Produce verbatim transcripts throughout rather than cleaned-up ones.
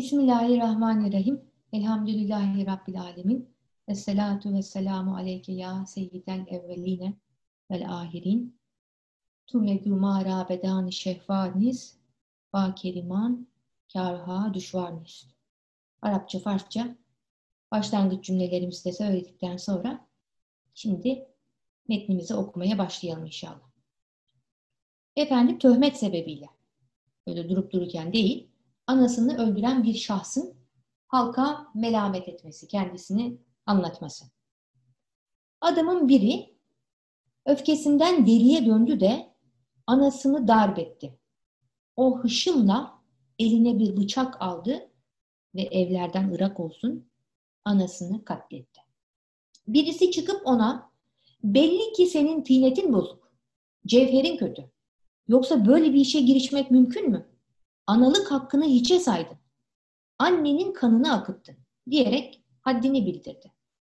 Bismillahirrahmanirrahim. Elhamdülillahi Rabbil alemin. Esselatu vesselamu aleyke ya seyyidel evveline vel ahirin. Tümegü mara bedani şehvaniz. Ba keriman kârha düşvarniz. Arapça, Farsça başlangıç cümlelerimizi de söyledikten sonra şimdi metnimizi okumaya başlayalım inşallah. Efendim töhmet sebebiyle, öyle durup dururken değil, anasını öldüren bir şahsın halka melamet etmesi, kendisini anlatması. Adamın biri öfkesinden deliye döndü de anasını darp etti. O hışımla eline bir bıçak aldı ve evlerden ırak olsun anasını katletti. Birisi çıkıp ona, belli ki senin tıynetin bozuk, cevherin kötü. Yoksa böyle bir işe girişmek mümkün mü? Analık hakkını hiçe saydın. Annenin kanını akıttın diyerek haddini bildirdi.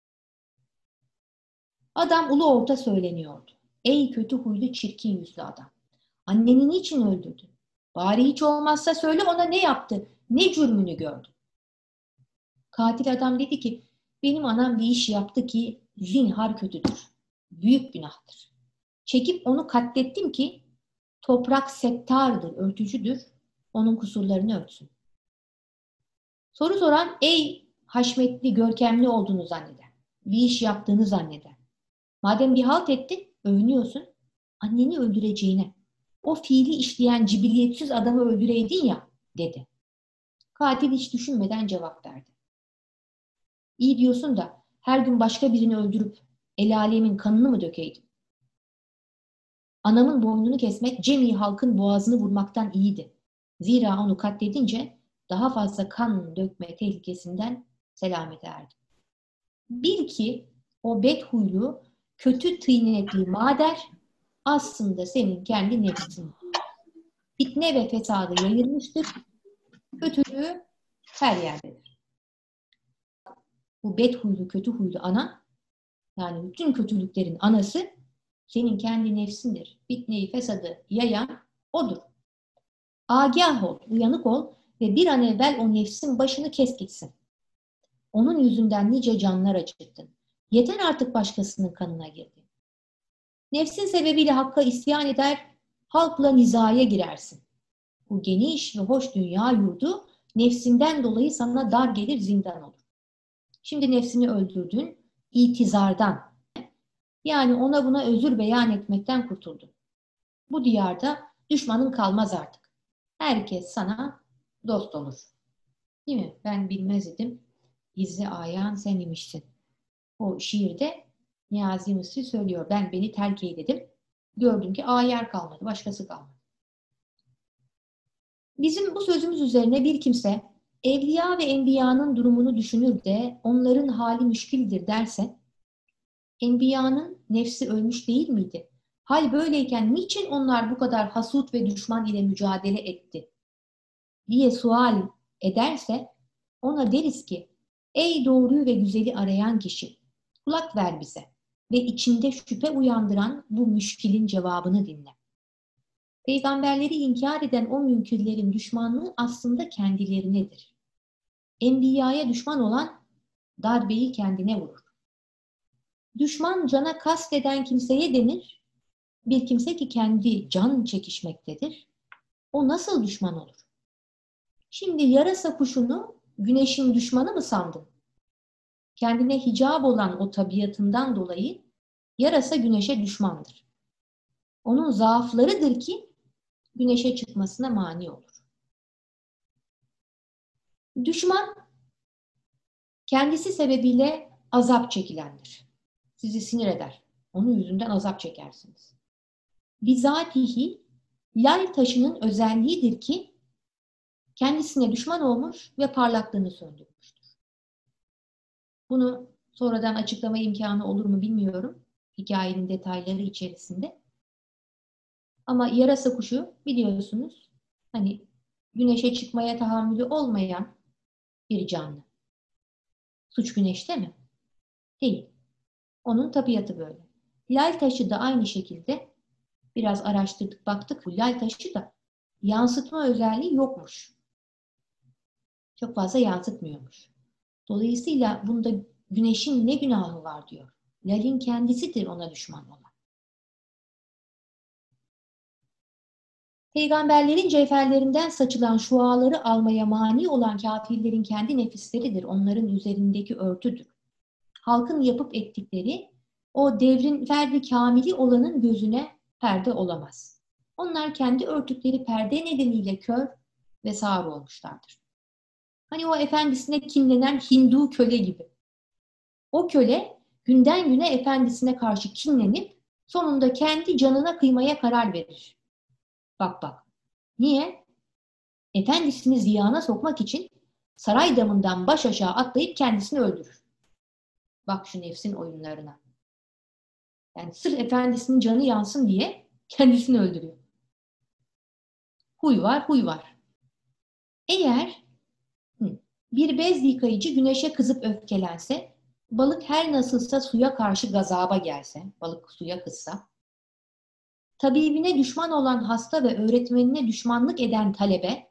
Adam ulu orta söyleniyordu. Ey kötü huylu çirkin yüzlü adam. Anneni niçin öldürdün? Bari hiç olmazsa söyle ona ne yaptı, ne cürmünü gördü. Katil adam dedi ki, benim anam bir iş yaptı ki zinhar kötüdür. Büyük günahtır. Çekip onu katlettim ki toprak settardır, örtücüdür. Onun kusurlarını örtsün. Soru soran, ey haşmetli, görkemli olduğunu zanneder. Bir iş yaptığını zanneder. Madem bir halt ettin, övünüyorsun, anneni öldüreceğine, o fiili işleyen cibiliyetsiz adamı öldüreydin ya, dedi. Katil hiç düşünmeden cevap verdi. İyi diyorsun da her gün başka birini öldürüp el alemin kanını mı dökeydim? Anamın boynunu kesmek cemi halkın boğazını vurmaktan iyiydi. Zira onu katledince daha fazla kan dökme tehlikesinden selamet erdi. Bil ki o bedhuylu, kötü tıynetli mader aslında senin kendi nefsin. Fitne ve fesadı yayılmıştır. Kötülüğü her yerdedir. Bu bedhuylu, kötü huylu ana, yani bütün kötülüklerin anası senin kendi nefsindir. Fitneyi, fesadı yayan odur. Agah ol, uyanık ol ve bir an evvel o nefsin başını kes gitsin. Onun yüzünden nice canlar acıttın. Yeter artık başkasının kanına girdin. Nefsin sebebiyle hakka isyan eder, halkla nizaya girersin. Bu geniş ve hoş dünya yurdu nefsinden dolayı sana dar gelir, zindan olur. Şimdi nefsini öldürdün, itizardan, yani ona buna özür beyan etmekten kurtuldun. Bu diyarda düşmanın kalmaz artık. Herkes sana dost olur. Değil mi? Ben bilmez idim. Gizli ayağın sen imişsin. O şiirde Niyazi Mısri söylüyor. Ben beni terk eyledim. Gördüm ki ayar kalmadı. Başkası kalmadı. Bizim bu sözümüz üzerine bir kimse evliya ve enbiyanın durumunu düşünür de onların hali müşkildir derse, enbiyanın nefsi ölmüş değil miydi? Hal böyleyken niçin onlar bu kadar hasut ve düşman ile mücadele etti diye sual ederse, ona deriz ki, ey doğruyu ve güzeli arayan kişi, kulak ver bize ve içinde şüphe uyandıran bu müşkilin cevabını dinle. Peygamberleri inkar eden o münkirlerin düşmanlığı aslında kendilerinedir. Enbiyaya düşman olan darbeyi kendine vurur. Düşman cana kasteden kimseye denir, bir kimse ki kendi can çekişmektedir, o nasıl düşman olur? Şimdi yarasa kuşunu güneşin düşmanı mı sandın? Kendine hicap olan o tabiatından dolayı yarasa güneşe düşmandır. Onun zaaflarıdır ki güneşe çıkmasına mani olur. Düşman kendisi sebebiyle azap çekilendir. Sizi sinir eder. Onun yüzünden azap çekersiniz. Bizatihi lal taşının özelliğidir ki kendisine düşman olmuş ve parlaklığını söndürmüştür. Bunu sonradan açıklama imkanı olur mu bilmiyorum. Hikayenin detayları içerisinde. Ama yarasa kuşu biliyorsunuz hani güneşe çıkmaya tahammülü olmayan bir canlı. Suç güneşte mi? Değil. Onun tabiatı böyle. Lal taşı da aynı şekilde biraz araştırdık baktık. Bu lal taşı da yansıtma özelliği yokmuş. Çok fazla yansıtmıyormuş. Dolayısıyla bunda güneşin ne günahı var diyor. Lal'in kendisidir ona düşman olan. Peygamberlerin cevherlerinden saçılan şuaları almaya mani olan kafirlerin kendi nefisleridir. Onların üzerindeki örtüdür. Halkın yapıp ettikleri o devrin ferdi kamili olanın gözüne perde olamaz. Onlar kendi örtükleri perde nedeniyle kör ve sağır olmuşlardır. Hani o efendisine kinlenen Hindu köle gibi. O köle günden güne efendisine karşı kinlenip sonunda kendi canına kıymaya karar verir. Bak bak. Niye? Efendisini ziyana sokmak için saray damından baş aşağı atlayıp kendisini öldürür. Bak şu nefsin oyunlarına. Yani sırf efendisinin canı yansın diye kendisini öldürüyor. Huy var, huy var. Eğer bir bez yıkayıcı güneşe kızıp öfkelense, balık her nasılsa suya karşı gazaba gelse, balık suya kızsa, tabibine düşman olan hasta ve öğretmenine düşmanlık eden talebe,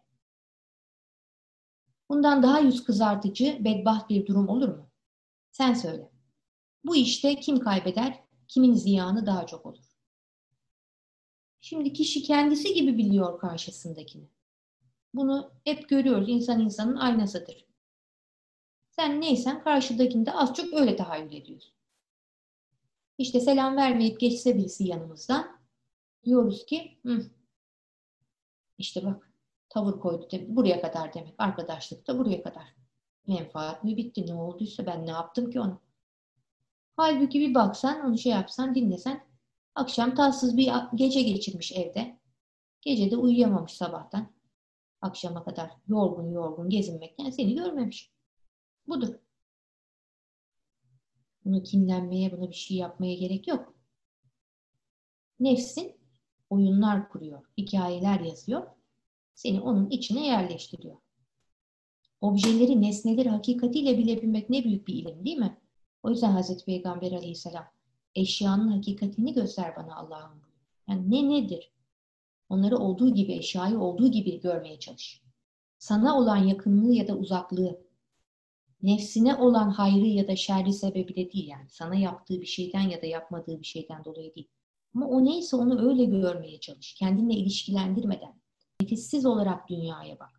bundan daha yüz kızartıcı, bedbaht bir durum olur mu? Sen söyle. Bu işte kim kaybeder, kimin ziyanı daha çok olur? Şimdi kişi kendisi gibi biliyor karşısındakini. Bunu hep görüyoruz. İnsan insanın aynasıdır. Sen neysen karşıdakini de az çok öyle tahayyül ediyorsun. İşte selam vermeyip geçse birisi yanımızdan, diyoruz ki Hı, işte bak tavır koydu demek. Buraya kadar demek. Arkadaşlık da buraya kadar. Menfaat mi bitti? Ne olduysa ben ne yaptım ki ona? Halbuki bir baksan, onu şey yapsan, dinlesen, akşam tatsız bir gece geçirmiş evde. Gece de uyuyamamış sabahtan. Akşama kadar yorgun yorgun gezinmekten seni görmemiş. Budur. Bunu kinlenmeye, buna bir şey yapmaya gerek yok. Nefsin oyunlar kuruyor, hikayeler yazıyor. Seni onun içine yerleştiriyor. Objeleri, nesneleri hakikatiyle bilebilmek ne büyük bir ilim değil mi? O yüzden Hazreti Peygamber Aleyhisselam eşyanın hakikatini göster bana Allah'ım. Yani ne nedir? Onları olduğu gibi, eşyayı olduğu gibi görmeye çalış. Sana olan yakınlığı ya da uzaklığı, nefsine olan hayrı ya da şerri sebebiyle değil yani. Sana yaptığı bir şeyden ya da yapmadığı bir şeyden dolayı değil. Ama o neyse onu öyle görmeye çalış. Kendinle ilişkilendirmeden. Nefissiz olarak dünyaya bak.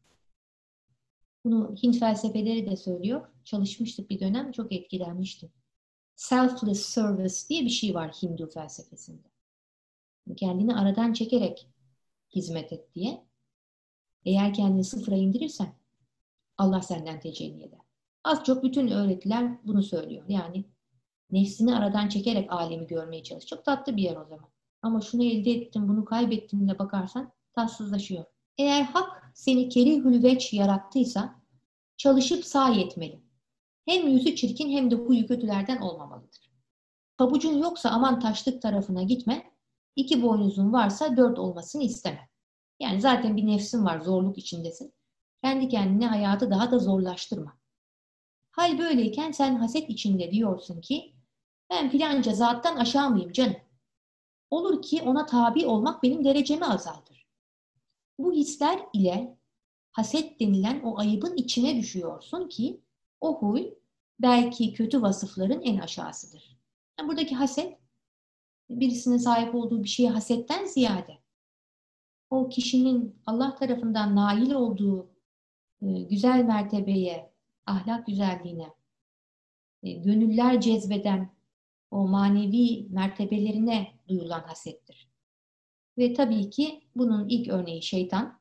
Bunu Hint felsefeleri de söylüyor. Çalışmıştık bir dönem, çok etkilenmiştim. Selfless service diye bir şey var Hindu felsefesinde. Kendini aradan çekerek hizmet et diye. Eğer kendini sıfıra indirirsen Allah senden tecelli eder. Az çok bütün öğretiler bunu söylüyor. Yani nefsini aradan çekerek alemi görmeye çalış. Çok tatlı bir yer o zaman. Ama şunu elde ettim, bunu kaybettim de bakarsan tatsızlaşıyor. Eğer hak seni kerihül veç yarattıysa çalışıp sahi etmeli. Hem yüzü çirkin hem de huyu kötülerden olmamalıdır. Pabucun yoksa aman taşlık tarafına gitme. İki boynuzun varsa dört olmasını isteme. Yani zaten bir nefsin var, zorluk içindesin. Kendi kendine hayatı daha da zorlaştırma. Hal böyleyken sen haset içinde diyorsun ki ben filanca zattan aşağı mıyım canım? Olur ki ona tabi olmak benim derecemi azaltır. Bu hisler ile haset denilen o ayıbın içine düşüyorsun ki o huy belki kötü vasıfların en aşağısıdır. Yani buradaki haset birisinin sahip olduğu bir şeye hasetten ziyade o kişinin Allah tarafından nail olduğu e, güzel mertebeye, ahlak güzelliğine, e, gönüller cezbeden o manevi mertebelerine duyulan hasettir. Ve tabii ki bunun ilk örneği şeytan.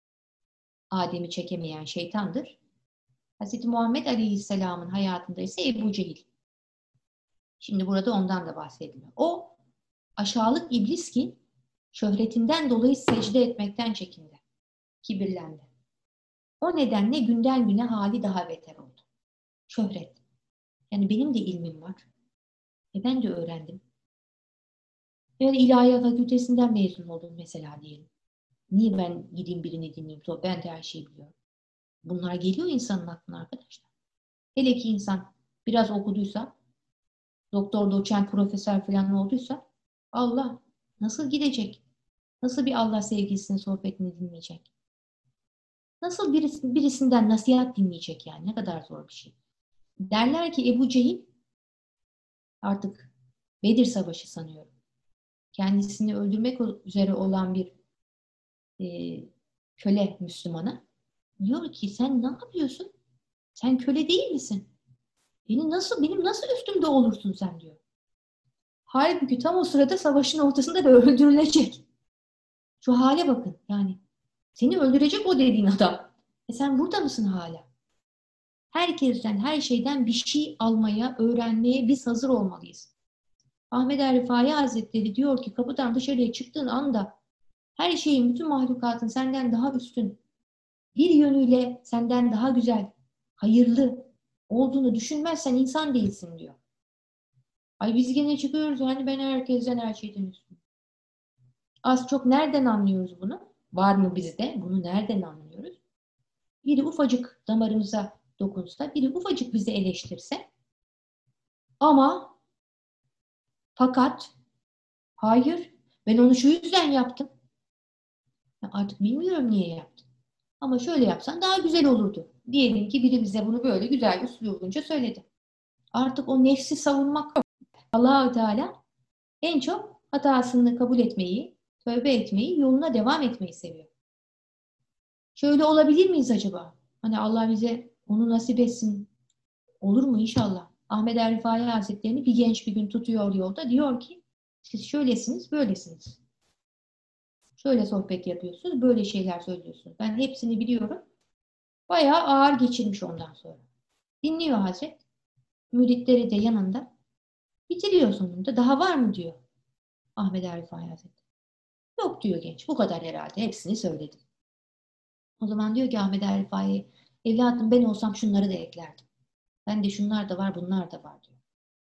Adem'i çekemeyen şeytandır. Hazreti Muhammed Aleyhisselam'ın hayatında ise Ebu Cehil. Şimdi burada ondan da bahsediliyor. O aşağılık iblis ki şöhretinden dolayı secde etmekten çekindi. Kibirlendi. O nedenle günden güne hali daha beter oldu. Şöhret. Yani benim de ilmim var. E ben de öğrendim. Yani ilahiyat fakültesinden mezun oldum mesela diyelim. Niye ben gideyim birini dinleyeyim? Ben de her şeyi biliyorum. Bunlar geliyor insanın aklına arkadaşlar. Hele ki insan biraz okuduysa, doktor, doçent, profesör falan olduysa Allah nasıl gidecek? Nasıl bir Allah sevgilisinin sohbetini dinleyecek? Nasıl birisi, birisinden nasihat dinleyecek yani? Ne kadar zor bir şey. Derler ki Ebu Cehil artık Bedir Savaşı sanıyorum. Kendisini öldürmek üzere olan bir e, köle Müslümana diyor ki sen ne yapıyorsun? Sen köle değil misin? Beni nasıl, benim nasıl üstümde olursun sen diyor. Halbuki tam o sırada savaşın ortasında da öldürülecek. Şu hale bakın yani. Seni öldürecek o dediğin adam. E sen burada mısın hala? Herkesten, her şeyden bir şey almaya, öğrenmeye biz hazır olmalıyız. Ahmet Er Rifai Hazretleri diyor ki kapıdan dışarıya çıktığın anda her şeyin, bütün mahlukatın senden daha üstün, bir yönüyle senden daha güzel, hayırlı olduğunu düşünmezsen insan değilsin diyor. Ay biz gene çıkıyoruz hani ben herkesten, her şeyden üstün. Az çok nereden anlıyoruz bunu? Var mı bizde? Bunu nereden anlıyoruz? Biri ufacık damarımıza dokunsa, biri ufacık bizi eleştirse ama fakat hayır ben onu şu yüzden yaptım. Ya artık bilmiyorum niye yaptım. Ama şöyle yapsan daha güzel olurdu. Diyelim ki biri bize bunu böyle güzel üslubunca söyledi. Artık o nefsi savunmak yok. Allah-u Teala en çok hatasını kabul etmeyi, tövbe etmeyi, yoluna devam etmeyi seviyor. Şöyle olabilir miyiz acaba? Hani Allah bize onu nasip etsin. Olur mu inşallah? Ahmet Er Rifai Hazretleri'ni bir genç bir gün tutuyor yolda. Diyor ki siz şöylesiniz, böylesiniz. Şöyle sohbet yapıyorsunuz, böyle şeyler söylüyorsunuz. Ben hepsini biliyorum. Bayağı ağır geçirmiş ondan sonra. Dinliyor Hazret. Müritleri de yanında. Bitiriyor sonunda. Daha var mı diyor Ahmet Er Rifai Hazretleri. Yok diyor genç. Bu kadar herhalde. Hepsini söyledim. O zaman diyor ki Ahmet Er Rifai, evladım ben olsam şunları da eklerdim. Ben de şunlar da var, bunlar da var diyor.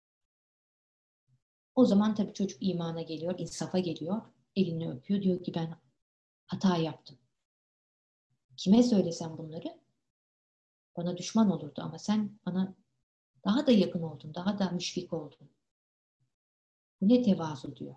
O zaman tabii çocuk imana geliyor, insafa geliyor. Elini öpüyor. Diyor ki ben hata yaptım. Kime söylesem bunları bana düşman olurdu ama sen bana daha da yakın oldun, daha da müşfik oldun. Bu ne tevazu diyor.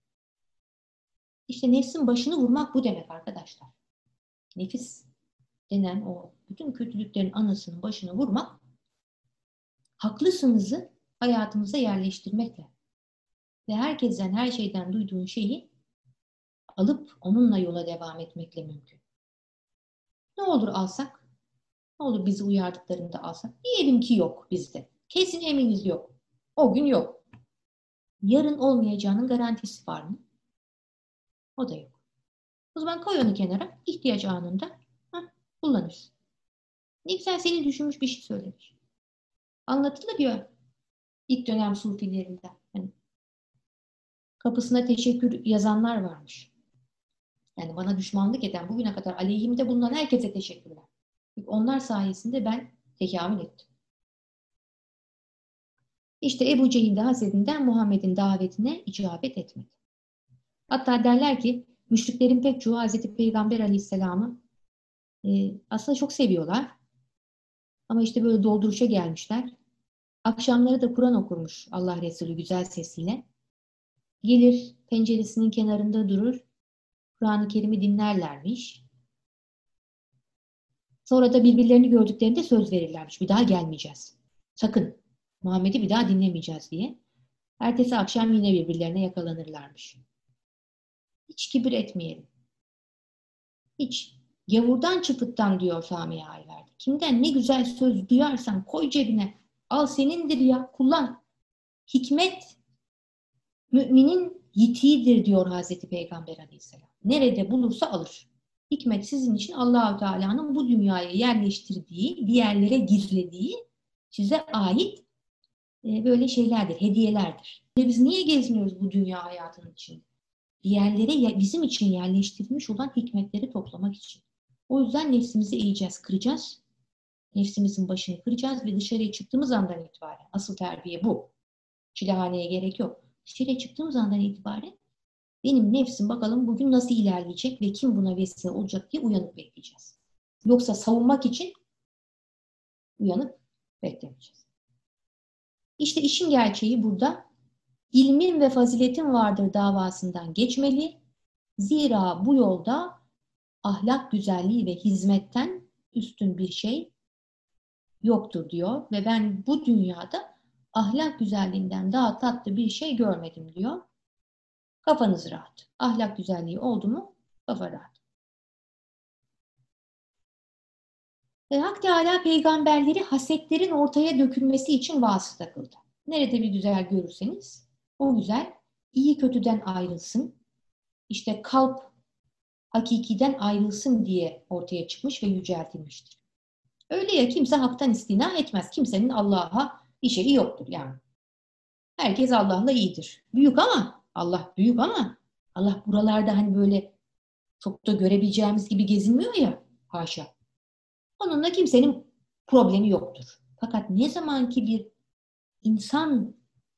İşte nefsin başını vurmak bu demek arkadaşlar. Nefis denen o bütün kötülüklerin anasının başını vurmak, haklısınızı hayatımıza yerleştirmekle ve herkesten, her şeyden duyduğun şeyi alıp onunla yola devam etmekle mümkün. Ne olur alsak? Ne olur bizi uyardıklarında alsak? Diyelim ki yok bizde. Kesin eminiz yok. O gün yok. Yarın olmayacağının garantisi var mı? O da yok. O zaman koy onu kenara. İhtiyaç anında heh, kullanırsın. Ne güzel seni düşünmüş bir şey söylemiş. Anlatılır ya ilk dönem sufilerinden. Yani kapısına teşekkür yazanlar varmış. Yani bana düşmanlık eden, bugüne kadar aleyhimde bulunan herkese teşekkürler. Çünkü onlar sayesinde ben tekamül ettim. İşte Ebu Cehil de Hazretinden Muhammed'in davetine icabet etmedi. Hatta derler ki müşriklerin pek çoğu Hazreti Peygamber Aleyhisselam'ı e, aslında çok seviyorlar. Ama işte böyle dolduruşa gelmişler. Akşamları da Kur'an okurmuş Allah Resulü güzel sesiyle. Gelir penceresinin kenarında durur. Kur'an-ı Kerim'i dinlerlermiş. Sonra da birbirlerini gördüklerinde söz verirlermiş. Bir daha gelmeyeceğiz. Sakın Muhammed'i bir daha dinlemeyeceğiz diye. Ertesi akşam yine birbirlerine yakalanırlarmış. Hiç kibir etmeyelim. Hiç. Gavurdan çıpıktan diyor Sami Ayverdi. Kimden ne güzel söz duyarsan koy cebine. Al senindir ya kullan. Hikmet müminin yitiğidir diyor Hazreti Peygamber Aleyhisselam. Nerede bulursa alır. Hikmet sizin için Allah-u Teala'nın bu dünyaya yerleştirdiği, bir yerlere gizlediği, size ait e, böyle şeylerdir, hediyelerdir. Ve biz niye gezmiyoruz bu dünya hayatının içinde? Bir yerlere bizim için yerleştirilmiş olan hikmetleri toplamak için. O yüzden nefsimizi eğeceğiz, kıracağız. Nefsimizin başını kıracağız ve dışarıya çıktığımız andan itibaren, asıl terbiye bu. Çilehaneye gerek yok. Dışarıya çıktığımız andan itibaren benim nefsim bakalım bugün nasıl ilerleyecek ve kim buna vesile olacak diye uyanıp bekleyeceğiz. Yoksa savunmak için uyanıp beklemeyeceğiz. İşte işin gerçeği burada. İlmin ve faziletin vardır davasından geçmeli. Zira bu yolda ahlak güzelliği ve hizmetten üstün bir şey yoktur diyor ve ben bu dünyada ahlak güzelliğinden daha tatlı bir şey görmedim diyor. Kafanız rahat. Ahlak güzelliği oldu mu kafa rahat. Ve Hak Teâlâ peygamberleri hasetlerin ortaya dökülmesi için vasıta kıldı. Nerede bir güzel görürseniz o güzel iyi kötüden ayrılsın. İşte kalp hakikiden ayrılsın diye ortaya çıkmış ve yüceltilmiştir. Öyle ya kimse haktan istina etmez. Kimsenin Allah'a bir şeyi yoktur yani. Herkes Allah'la iyidir. Büyük ama Allah büyük ama Allah buralarda hani böyle çok da görebileceğimiz gibi gezinmiyor ya. Haşa. Onunla kimsenin problemi yoktur. Fakat ne zaman ki bir insan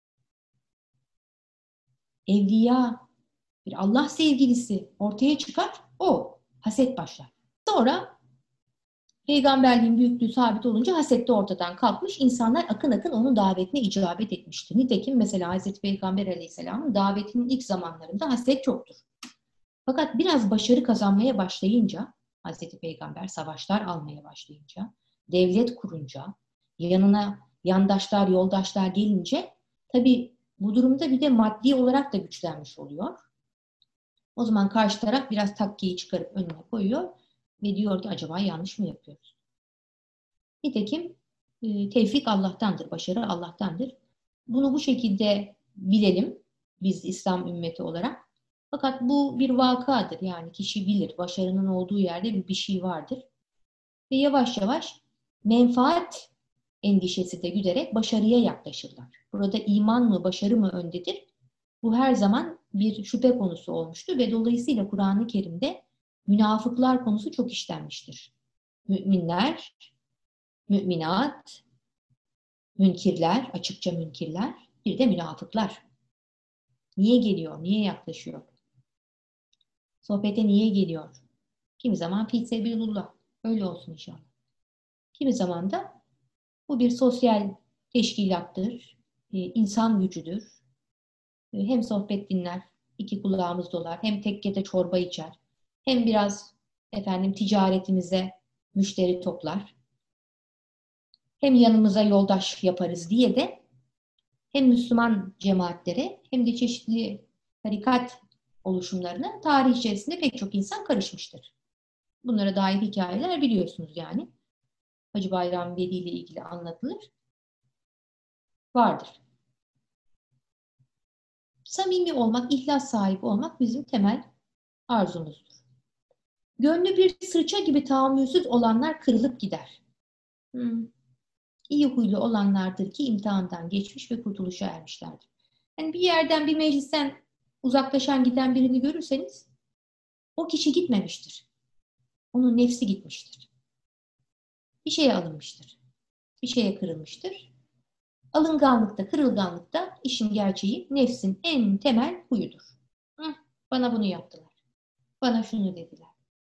evliya, bir Allah sevgilisi ortaya çıkar, o haset başlar. Sonra peygamberliğin büyüklüğü sabit olunca haset de ortadan kalkmış. İnsanlar akın akın onun davetine icabet etmiştir. Nitekim mesela Hazreti Peygamber Aleyhisselam'ın davetinin ilk zamanlarında haset çoktur. Fakat biraz başarı kazanmaya başlayınca, Hazreti Peygamber savaşlar almaya başlayınca, devlet kurunca, yanına yandaşlar, yoldaşlar gelince, tabii bu durumda bir de maddi olarak da güçlenmiş oluyor. O zaman karşı taraf biraz takkiyi çıkarıp önüne koyuyor ve diyor ki acaba yanlış mı yapıyoruz? Nitekim e, tevfik Allah'tandır, başarı Allah'tandır. Bunu bu şekilde bilelim biz İslam ümmeti olarak. Fakat bu bir vakadır. Yani kişi bilir başarının olduğu yerde bir, bir şey vardır. Ve yavaş yavaş menfaat endişesi de güderek başarıya yaklaşırlar. Burada iman mı, başarı mı öndedir? Bu her zaman bir şüphe konusu olmuştur ve dolayısıyla Kur'an-ı Kerim'de münafıklar konusu çok işlenmiştir. Müminler, müminat, münkirler, açıkça münkirler, bir de münafıklar. Niye geliyor, niye yaklaşıyor? Sohbete niye geliyor? Kimi zaman fî sebilullah, öyle olsun inşallah. Kimi zaman da bu bir sosyal teşkilattır, insan gücüdür. Hem sohbet dinler, iki kulağımız dolar, hem tekkede çorba içer, hem biraz efendim ticaretimize müşteri toplar, hem yanımıza yoldaş yaparız diye de hem Müslüman cemaatlere hem de çeşitli tarikat oluşumlarına tarih içerisinde pek çok insan karışmıştır. Bunlara dair hikayeler biliyorsunuz yani. Hacı Bayram Veli ile ilgili anlatılır. Vardır. Samimi olmak, ihlas sahibi olmak bizim temel arzumuzdur. Gönlü bir sırça gibi tahammülsüz olanlar kırılıp gider. Hmm. İyi huylu olanlardır ki imtihandan geçmiş ve kurtuluşa ermişlerdir. Yani bir yerden, bir meclisten uzaklaşan giden birini görürseniz o kişi gitmemiştir. Onun nefsi gitmiştir. Bir şeye alınmıştır. Bir şeye kırılmıştır. Alınganlıkta, kırılganlıkta işin gerçeği nefsin en temel huyudur. Hı, bana bunu yaptılar. Bana şunu dediler.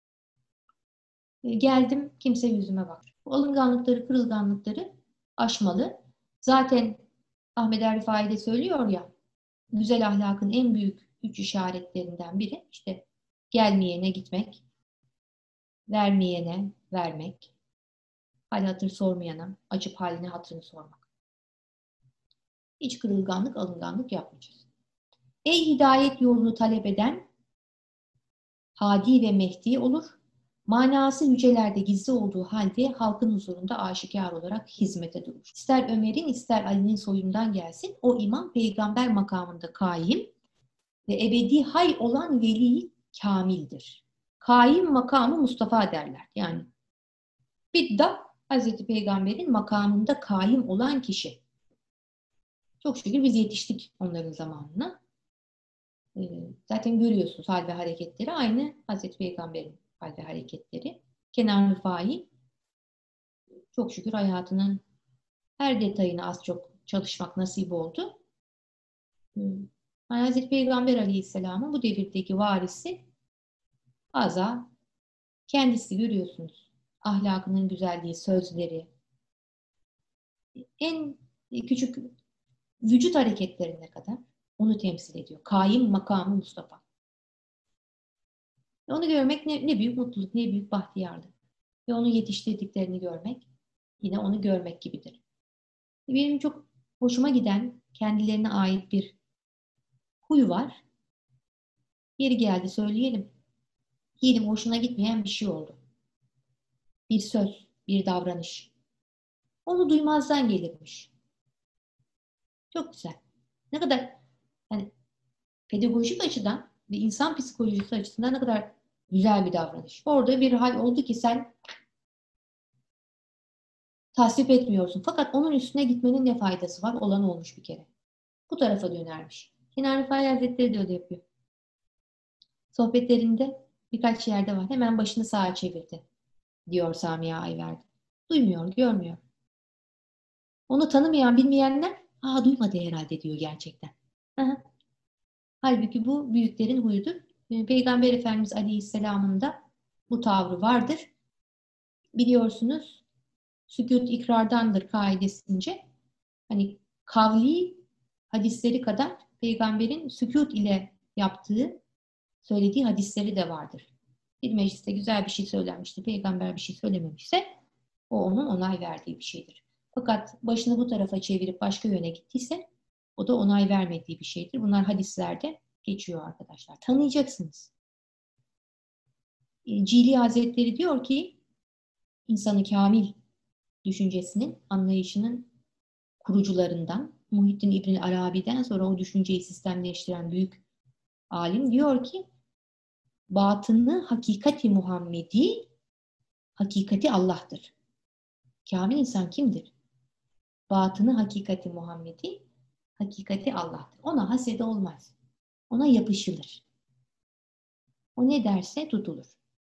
Geldim, kimse yüzüme bak. Bu alınganlıkları, kırılganlıkları aşmalı. Zaten Ahmed Erifai de söylüyor ya, güzel ahlakın en büyük üç işaretlerinden biri işte gelmeyene gitmek, vermeyene vermek, hal hatır sormayana açıp halini hatırını sormak. Hiç kırılganlık, alınganlık yapmayacağız. Ey hidayet yolunu talep eden Hadi ve Mehdi olur. Manası yücelerde gizli olduğu halde halkın huzurunda aşikar olarak hizmete durur. İster Ömer'in ister Ali'nin soyundan gelsin, o imam peygamber makamında kaim ve ebedi hay olan veli kamildir. Kaim makamı Mustafa derler. Yani bidda Hazreti Peygamber'in makamında kaim olan kişi. Çok şükür biz yetiştik onların zamanına. Zaten görüyorsunuz hal ve hareketleri aynı Hazreti Peygamber'in hal ve hareketleri. Kenan Rıfai çok şükür hayatının her detayını az çok çalışmak nasip oldu. Hazreti Peygamber Aleyhisselam'ın bu devirdeki varisi Aza, kendisi görüyorsunuz. Ahlakının güzelliği, sözleri, en küçük vücut hareketlerine kadar onu temsil ediyor. Kaim makamı Mustafa. Onu görmek ne, ne büyük mutluluk, ne büyük bahtiyarlık. ve onu yetiştirdiklerini görmek yine onu görmek gibidir. Benim çok hoşuma giden kendilerine ait bir huyu var. Yeri geldi söyleyelim. Diyelim hoşuna gitmeyen bir şey oldu. Bir söz, bir davranış. Onu duymazdan gelirmiş. Çok güzel. Ne kadar hani pedagojik açıdan ve insan psikolojisi açısından ne kadar güzel bir davranış. Orada bir hal oldu ki sen tasvip etmiyorsun. Fakat onun üstüne gitmenin ne faydası var? Olan olmuş bir kere. Bu tarafa dönermiş. Kenan Rıfai Hazretleri de öyle yapıyor. Sohbetlerinde birkaç yerde var. Hemen başını sağa çevirdi diyor Samiha Ayverdi. Duymuyor, görmüyor. Onu tanımayan, bilmeyenler aa duymadı herhalde diyor gerçekten. Aha. Halbuki bu büyüklerin huyudur. Peygamber Efendimiz Aleyhisselam'ın da bu tavrı vardır. Biliyorsunuz sükût ikrardandır kaidesince. Hani kavli hadisleri kadar peygamberin sükût ile yaptığı, söylediği hadisleri de vardır. Bir mecliste güzel bir şey söylenmişti, peygamber bir şey söylememişse o onun onay verdiği bir şeydir. Fakat başını bu tarafa çevirip başka yöne gittiyse o da onay vermediği bir şeydir. Bunlar hadislerde geçiyor arkadaşlar. Tanıyacaksınız. Cili Hazretleri diyor ki insanı kamil düşüncesinin, anlayışının kurucularından Muhyiddin İbn Arabi'den sonra o düşünceyi sistemleştiren büyük alim diyor ki batını hakikati Muhammedi, hakikati Allah'tır. Kamil insan kimdir? Batını hakikati Muhammedi, hakikati Allah'tır. Ona hasede olmaz. Ona yapışılır. O ne derse tutulur.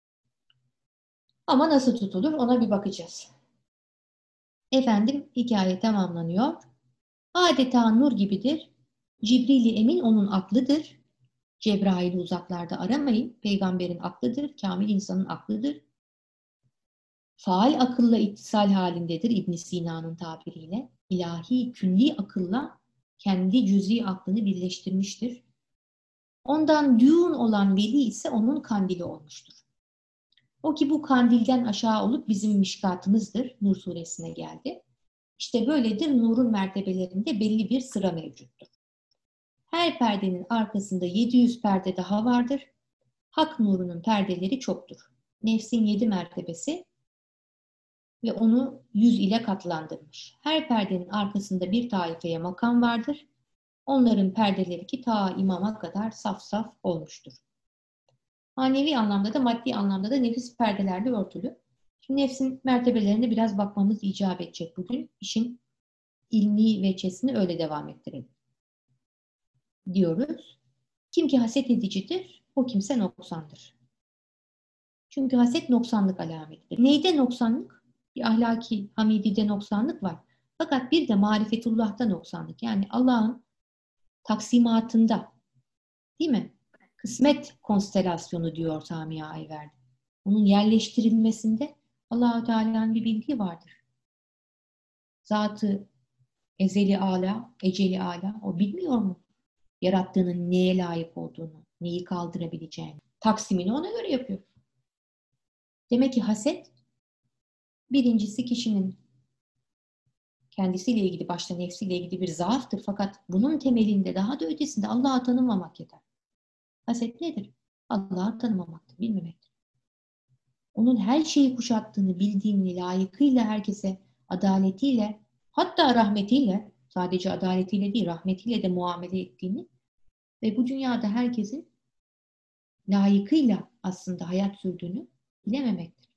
Ama nasıl tutulur ona bir bakacağız. Efendim hikaye tamamlanıyor. Adeta nur gibidir. Cibril-i Emin onun aklıdır. Cebrail'i uzaklarda aramayın. Peygamberin aklıdır. Kamil insanın aklıdır. Faal akılla ittisal halindedir İbn Sina'nın tabiriyle. İlahi külli akılla kendi cüz'i aklını birleştirmiştir. Ondan düğün olan veli ise onun kandili olmuştur. O ki bu kandilden aşağı olup bizim mişkatımızdır. Nur suresine geldi. İşte böyledir nurun mertebelerinde belli bir sıra mevcuttur. Her perdenin arkasında yedi yüz perde daha vardır. Hak nurunun perdeleri çoktur. Nefsin yedi mertebesi ve onu yüz ile katlandırmış. Her perdenin arkasında bir taifeye makam vardır. Onların perdeleri ki ta imama kadar saf saf olmuştur. Manevi anlamda da maddi anlamda da nefis perdelerle örtülü. Şimdi nefsin mertebelerine biraz bakmamız icap edecek bugün. İşin ilmi veçesini öyle devam ettirelim. Diyoruz. Kim ki haset edicidir, o kimse noksandır. Çünkü haset noksanlık alametidir. Neyde noksanlık? Bir ahlaki, hamidide noksanlık var. Fakat bir de marifetullah'ta noksanlık. Yani Allah'ın taksimatında, değil mi? Kısmet konstelasyonu diyor Samiha Ayverdi. Onun yerleştirilmesinde Allah-u Teala'nın bir bildiği vardır. Zatı ezeli ala, eceli ala, o bilmiyor mu? Yarattığının neye layık olduğunu, neyi kaldırabileceğini, taksimini ona göre yapıyor. Demek ki haset, birincisi kişinin kendisiyle ilgili, başta nefsiyle ilgili bir zaaftır. Fakat bunun temelinde, daha da ötesinde Allah'ı tanımamak yeter. Haset nedir? Allah'ı tanımamaktır, bilmemektir. Onun her şeyi kuşattığını, bildiğini, layıkıyla herkese, adaletiyle, hatta rahmetiyle, sadece adaletiyle değil, rahmetiyle de muamele ettiğini ve bu dünyada herkesin layıkıyla aslında hayat sürdüğünü bilememektir.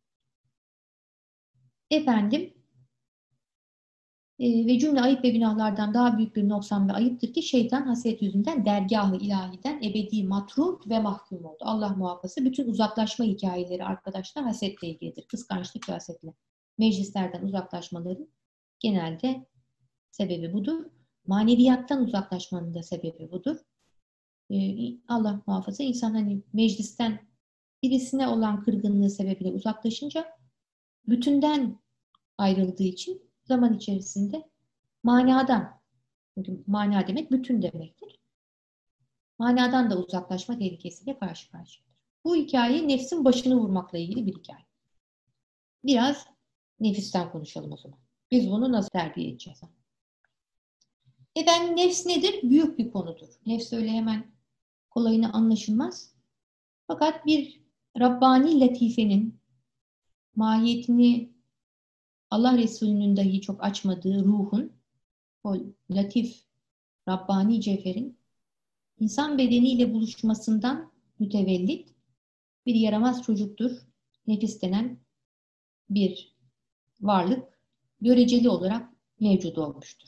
Efendim, e, ve cümle ayıp ve günahlardan daha büyük bir noksan ve ayıptır ki şeytan haset yüzünden dergâh-ı ilahiden ebedi matruk ve mahkum oldu. Allah muhafaza. Bütün uzaklaşma hikayeleri arkadaşlar hasetle ilgilidir. Kıskançlık ve hasetle. Meclislerden uzaklaşmaların genelde sebebi budur. Maneviyattan uzaklaşmanın da sebebi budur. Ee, Allah muhafaza insan hani meclisten birisine olan kırgınlığı sebebiyle uzaklaşınca bütünden ayrıldığı için zaman içerisinde manadan, çünkü mana demek bütün demektir. Manadan da uzaklaşma tehlikesiyle karşı karşıyadır. Bu hikaye nefsin başını vurmakla ilgili bir hikaye. Biraz nefisten konuşalım o zaman. Biz bunu nasıl terbiye edeceğiz? Efendim nefs nedir? Büyük bir konudur. Nefs öyle hemen kolayına anlaşılmaz. Fakat bir Rabbani latifenin mahiyetini Allah Resulü'nün dahi çok açmadığı ruhun, o latif Rabbani cevherin insan bedeniyle buluşmasından mütevellit bir yaramaz çocuktur. Nefis denen bir varlık göreceli olarak mevcut olmuştur.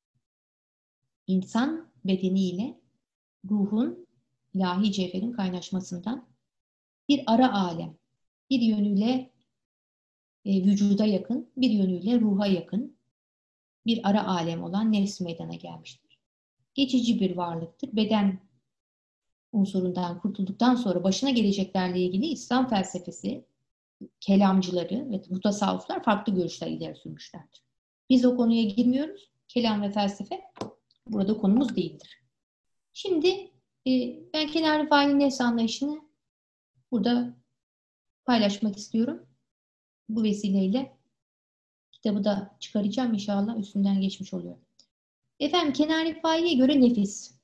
İnsan bedeniyle ruhun, ilahi cevherin kaynaşmasından bir ara alem, bir yönüyle e, vücuda yakın, bir yönüyle ruha yakın bir ara alem olan nefs meydana gelmiştir. Geçici bir varlıktır. Beden unsurundan kurtulduktan sonra başına geleceklerle ilgili İslam felsefesi, kelamcıları ve mutasavvıflar farklı görüşler ileri sürmüşlerdir. Biz o konuya girmiyoruz. Kelam ve felsefe burada konumuz değildir. Şimdi e, ben Kenan Rifai'nin nefs anlayışını burada paylaşmak istiyorum. Bu vesileyle kitabı da çıkaracağım inşallah. Üstünden geçmiş oluyor. Efendim Kenan Rifai'ye göre nefis,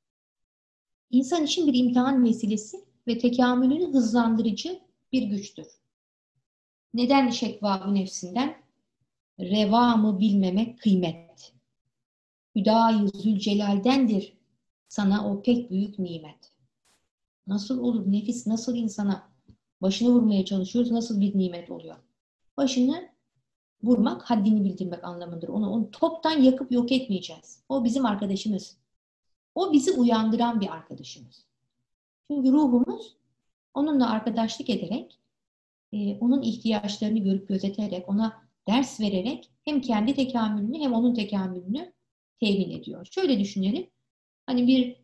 insan için bir imtihan vesilesi ve tekamülünü hızlandırıcı bir güçtür. Neden şekva bu nefsinden? Revamı bilmemek kıymet. Hüda-i Zülcelal'dendir sana o pek büyük nimet. Nasıl olur nefis, nasıl insana başını vurmaya çalışıyoruz, nasıl bir nimet oluyor? Başını vurmak, haddini bildirmek anlamındır. Onu, onu toptan yakıp yok etmeyeceğiz. O bizim arkadaşımız. O bizi uyandıran bir arkadaşımız. Çünkü ruhumuz onunla arkadaşlık ederek, e, onun ihtiyaçlarını görüp gözeterek, ona ders vererek hem kendi tekamülünü hem onun tekamülünü temin ediyor. Şöyle düşünelim. Hani bir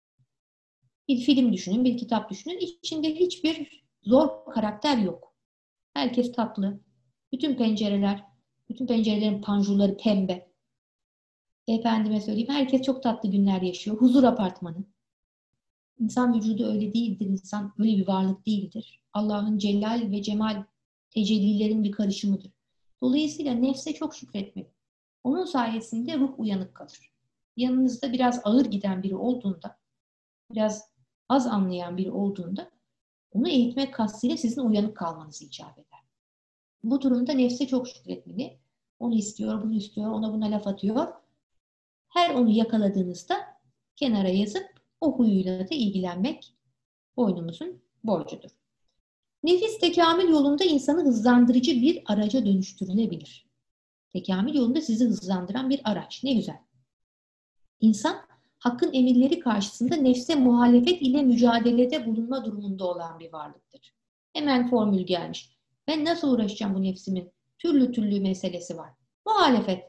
bir film düşünün, bir kitap düşünün. İçinde hiçbir zor karakter yok. Herkes tatlı. Bütün pencereler, bütün pencerelerin panjurları pembe. Efendime söyleyeyim, herkes çok tatlı günler yaşıyor. Huzur apartmanı. İnsan vücudu öyle değildir. İnsan öyle bir varlık değildir. Allah'ın celal ve cemal tecellilerin bir karışımıdır. Dolayısıyla nefse çok şükretmek. Onun sayesinde ruh uyanık kalır. Yanınızda biraz ağır giden biri olduğunda, biraz az anlayan biri olduğunda onu eğitmek kastıyla sizin uyanık kalmanızı icap eder. Bu durumda nefse çok şükretmeli. Onu istiyor, bunu istiyor, ona buna laf atıyor. Her onu yakaladığınızda kenara yazıp o huyuyla da ilgilenmek boynumuzun borcudur. Nefis tekamül yolunda insanı hızlandırıcı bir araca dönüştürülebilir. Tekamül yolunda sizi hızlandıran bir araç. Ne güzel. İnsan hakkın emirleri karşısında nefse muhalefet ile mücadelede bulunma durumunda olan bir varlıktır. Hemen formül gelmiş. Ben nasıl uğraşacağım bu nefsimin? Türlü türlü meselesi var. Muhalefet.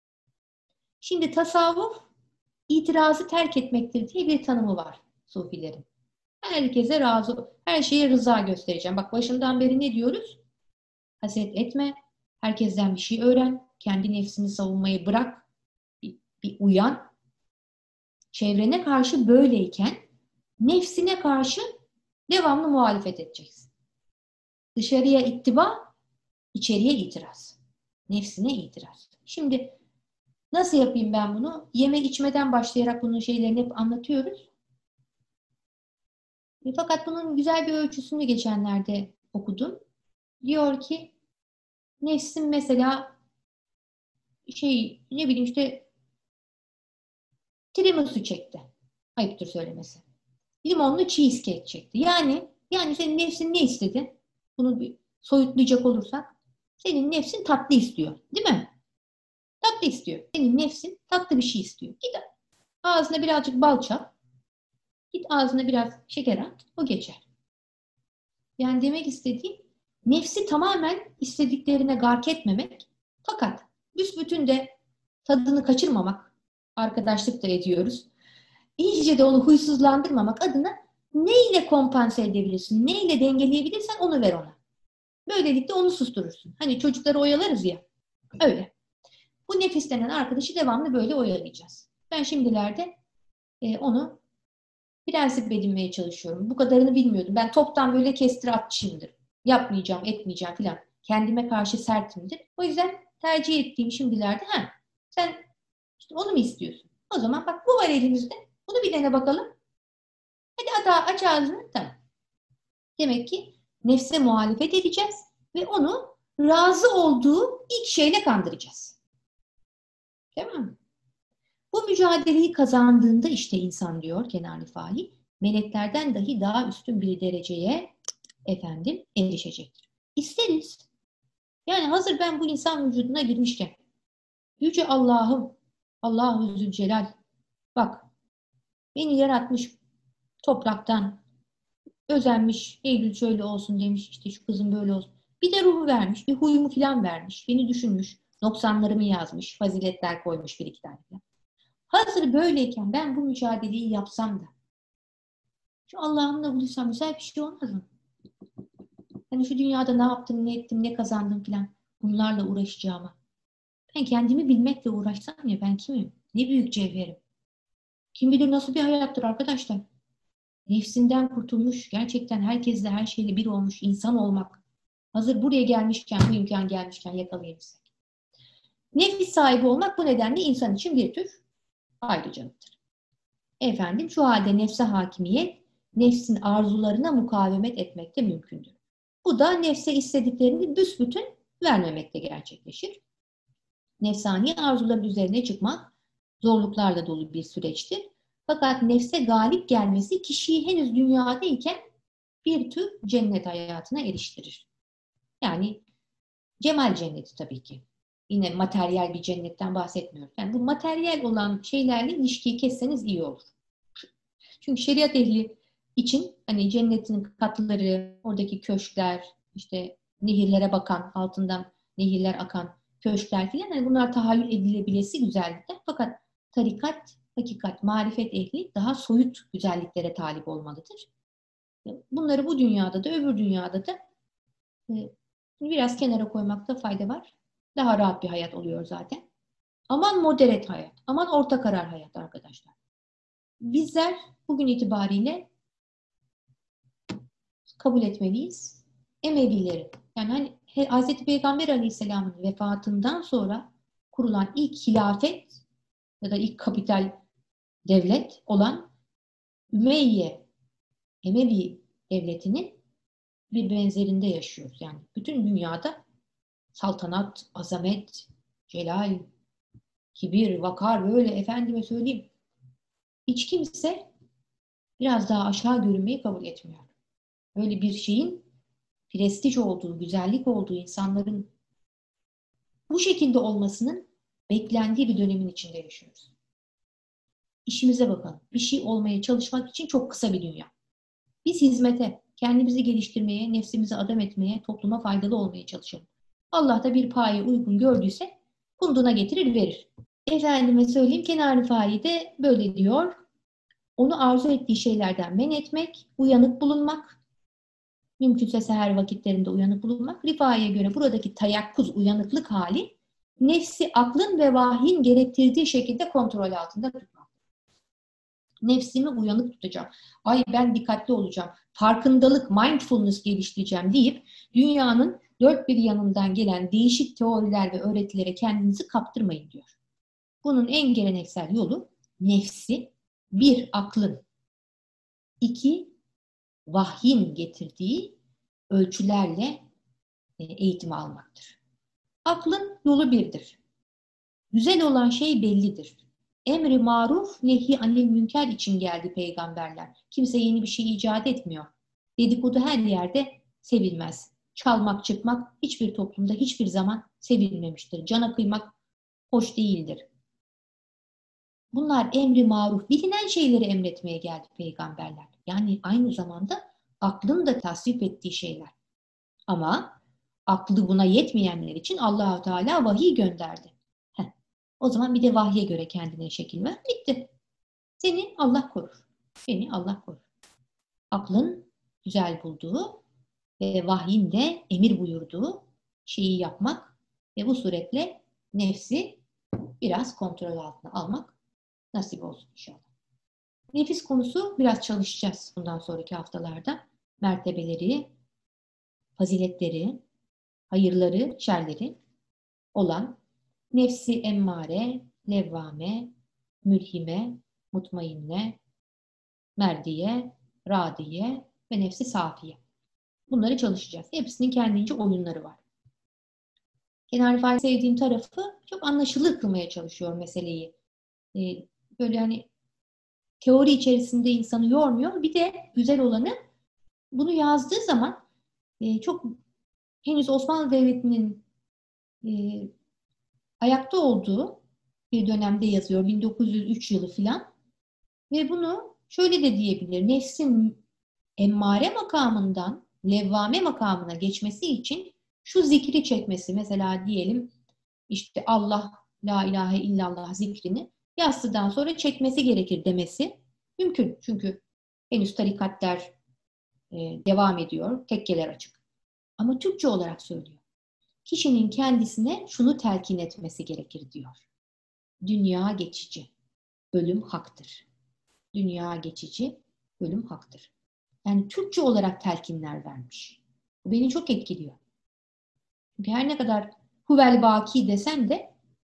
Şimdi tasavvuf itirazı terk etmektir diye bir tanımı var Sufilerin. Herkese razı, her şeye rıza göstereceğim. Bak başından beri ne diyoruz? Haset etme, herkesten bir şey öğren, kendi nefsini savunmayı bırak, bir, bir uyan. Çevrene karşı böyleyken nefsine karşı devamlı muhalefet edeceksin. Dışarıya ittiba, içeriye itiraz. Nefsine itiraz. Şimdi nasıl yapayım ben bunu? Yeme içmeden başlayarak bunun şeylerini hep anlatıyoruz. E, fakat bunun güzel bir ölçüsünü geçenlerde okudum. Diyor ki nefsim mesela şey ne bileyim işte tiramisu çekti. Ayıptır söylemesi. Limonlu cheesecake çekti. Yani yani senin nefsin ne istedi? Bunu bir soyutlayacak olursak senin nefsin tatlı istiyor. Değil mi? Tatlı istiyor. Senin nefsin tatlı bir şey istiyor. Git ağzına birazcık bal çap. Git ağzına biraz şeker at. O geçer. Yani demek istediğim nefsi tamamen istediklerine gark etmemek. Fakat büsbütün de tadını kaçırmamak. Arkadaşlık da ediyoruz. İyice de onu huysuzlandırmamak adına neyle kompanse edebilirsin, neyle dengeleyebilirsen onu ver ona. Böylelikle onu susturursun. Hani çocukları oyalarız ya. Öyle. Bu nefis denen arkadaşı devamlı böyle oyalayacağız. Ben şimdilerde e, onu prensip edinmeye çalışıyorum. Bu kadarını bilmiyordum. Ben toptan böyle kestiratçıyımdır. Yapmayacağım, etmeyeceğim filan. Kendime karşı sertimdir. O yüzden tercih ettiğim şimdilerde ha, sen işte onu mu istiyorsun? O zaman bak bu var elimizde. Bunu bir dene bakalım. Hadi at, aç ağzını. Tamam. Demek ki nefse muhalefet edeceğiz ve onu razı olduğu ilk şeyle kandıracağız. Değil mi? Bu mücadeleyi kazandığında işte insan diyor Kenan Rifai, meleklerden dahi daha üstün bir dereceye efendim erişecektir. İsteriz. Yani hazır ben bu insan vücuduna girmişken Yüce Allah'ım, Allahu Zülcelal, bak beni yaratmış topraktan, özenmiş, Eylül şöyle olsun demiş, işte şu kızım böyle olsun. Bir de ruhu vermiş, bir huyumu filan vermiş, beni düşünmüş, noksanlarımı yazmış, faziletler koymuş bir iki tane. Hazır böyleyken ben bu mücadeleyi yapsam da şu Allah'ımla buluşsam güzel bir şey olmaz mı? Hani şu dünyada ne yaptım, ne ettim, ne kazandım filan bunlarla uğraşacağıma. Ben kendimi bilmekle uğraşsam ya ben kimim? Ne büyük cevherim. Kim bilir nasıl bir hayattır arkadaşlar. Nefsinden kurtulmuş, gerçekten herkesle her şeyle bir olmuş insan olmak. Hazır buraya gelmişken, bu imkan gelmişken yakalayabilsek. Nefis sahibi olmak bu nedenle insan için bir tür ayrıcalıktır. Efendim şu halde nefse hakimiyet, nefsin arzularına mukavemet etmekte mümkündür. Bu da nefse istediklerini büsbütün vermemekte gerçekleşir. Nefsani arzuların üzerine çıkmak zorluklarla dolu bir süreçtir. Fakat nefse galip gelmesi kişiyi henüz dünyadayken bir tür cennet hayatına eriştirir. Yani cemal cenneti tabii ki. Yine materyal bir cennetten bahsetmiyoruz. Yani bu materyal olan şeylerle ilişkiyi kesseniz iyi olur. Çünkü şeriat ehli için hani cennetin katları, oradaki köşkler, işte nehirlere bakan, altından nehirler akan köşkler filan, hani bunlar tahayyül edilebilesi güzellikler. Fakat tarikat, hakikat, marifet ehli daha soyut güzelliklere talip olmalıdır. Bunları bu dünyada da öbür dünyada da biraz kenara koymakta fayda var. Daha rahat bir hayat oluyor zaten. Aman moderat hayat, aman orta karar hayat arkadaşlar. Bizler bugün itibariyle kabul etmeliyiz. Emevilerin, yani hani Hazreti Peygamber Aleyhisselam'ın vefatından sonra kurulan ilk hilafet ya da ilk kapital devlet olan Ümeyye Emevi devletinin bir benzerinde yaşıyoruz. Yani bütün dünyada saltanat, azamet, celal, kibir, vakar, böyle efendime söyleyeyim. Hiç kimse biraz daha aşağı görünmeyi kabul etmiyor. Böyle bir şeyin prestij olduğu, güzellik olduğu, insanların bu şekilde olmasının beklendiği bir dönemin içinde yaşıyoruz. İşimize bakalım. Bir şey olmaya çalışmak için çok kısa bir dünya. Biz hizmete, kendimizi geliştirmeye, nefsimizi adam etmeye, topluma faydalı olmaya çalışalım. Allah da bir paye uygun gördüyse kunduna getirir verir. Efendime söyleyeyim, Kenan Rifai de böyle diyor. Onu arzu ettiği şeylerden men etmek, uyanık bulunmak, mümkünse seher vakitlerinde uyanık bulunmak. Rifai'ye göre buradaki tayakkuz, uyanıklık hali, nefsi aklın ve vahyin gerektirdiği şekilde kontrol altında tutmak. Nefsimi uyanık tutacağım. Ay ben dikkatli olacağım. Farkındalık, mindfulness geliştireceğim deyip dünyanın dört bir yanından gelen değişik teoriler ve öğretilere kendinizi kaptırmayın diyor. Bunun en geleneksel yolu nefsi bir aklın, iki vahyin getirdiği ölçülerle eğitim almaktır. Aklın yolu birdir. Güzel olan şey bellidir. Emri maruf, nehi anil münker için geldi peygamberler. Kimse yeni bir şey icat etmiyor. Dedikodu her yerde sevilmez. Çalmak, çıkmak hiçbir toplumda hiçbir zaman sevilmemiştir. Cana kıymak hoş değildir. Bunlar emri maruf, bilinen şeyleri emretmeye geldi peygamberler. Yani aynı zamanda aklın da tasvip ettiği şeyler. Ama aklı buna yetmeyenler için Allah-u Teala vahiy gönderdi. Heh. O zaman bir de vahye göre kendine şekil ver. Bitti. Seni Allah korur. Seni Allah korur. Aklın güzel bulduğu ve vahyin de emir buyurduğu şeyi yapmak ve bu suretle nefsi biraz kontrol altına almak nasip olsun inşallah. Nefis konusu biraz çalışacağız bundan sonraki haftalarda. Mertebeleri, faziletleri, hayırları, şerleri olan nefsi emmare, levvame, mülhime, mutmainne, merdiye, radiye ve nefsi safiye. Bunları çalışacağız. Hepsinin kendince oyunları var. Kenan Rifai sevdiğim tarafı çok anlaşılır kılmaya çalışıyor meseleyi. Ee, böyle hani teori içerisinde insanı yormuyor. Bir de güzel olanı bunu yazdığı zaman e, çok henüz Osmanlı Devleti'nin e, ayakta olduğu bir dönemde yazıyor. bin dokuz yüz üç yılı filan. Ve bunu şöyle de diyebilir. Nefsin emmare makamından levvame makamına geçmesi için şu zikri çekmesi. Mesela diyelim işte Allah, la ilahe illallah zikrini yatsıdan sonra çekmesi gerekir demesi mümkün. Çünkü henüz tarikatlar e, devam ediyor. Tekkeler açık. Ama Türkçe olarak söylüyor. Kişinin kendisine şunu telkin etmesi gerekir diyor. Dünya geçici, ölüm haktır. Dünya geçici, ölüm haktır. Yani Türkçe olarak telkinler vermiş. Bu beni çok etkiliyor. Çünkü her ne kadar huvel baki desem de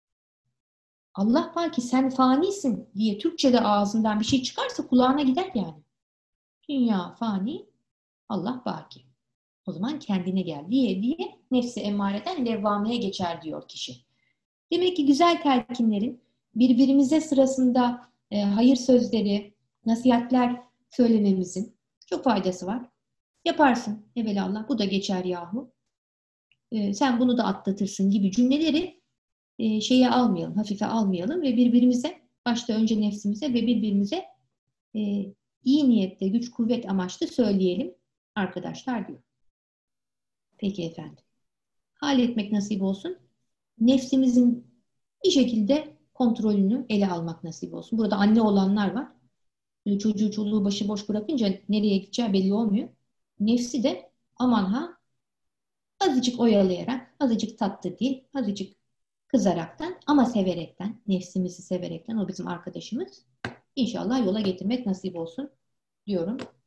Allah baki sen fanisin diye Türkçe'de ağzından bir şey çıkarsa kulağına gider yani. Dünya fani, Allah baki. O zaman kendine gel diye diye nefsi emmareden levvameye geçer diyor kişi. Demek ki güzel telkinlerin birbirimize sırasında e, hayır sözleri, nasihatler söylememizin çok faydası var. Yaparsın evelallah, bu da geçer yahu. E, sen bunu da atlatırsın gibi cümleleri e, şeye almayalım, hafife almayalım ve birbirimize, başta önce nefsimize ve birbirimize e, iyi niyetle, güç kuvvet amaçlı söyleyelim arkadaşlar diyor. Peki efendim. Halletmek nasip olsun. Nefsimizin bir şekilde kontrolünü ele almak nasip olsun. Burada anne olanlar var. Çocuğu çoluğu başıboş bırakınca nereye gideceği belli olmuyor. Nefsi de aman ha azıcık oyalayarak, azıcık tatlı değil, azıcık kızaraktan ama severekten, nefsimizi severekten, o bizim arkadaşımız. İnşallah yola getirmek nasip olsun diyorum.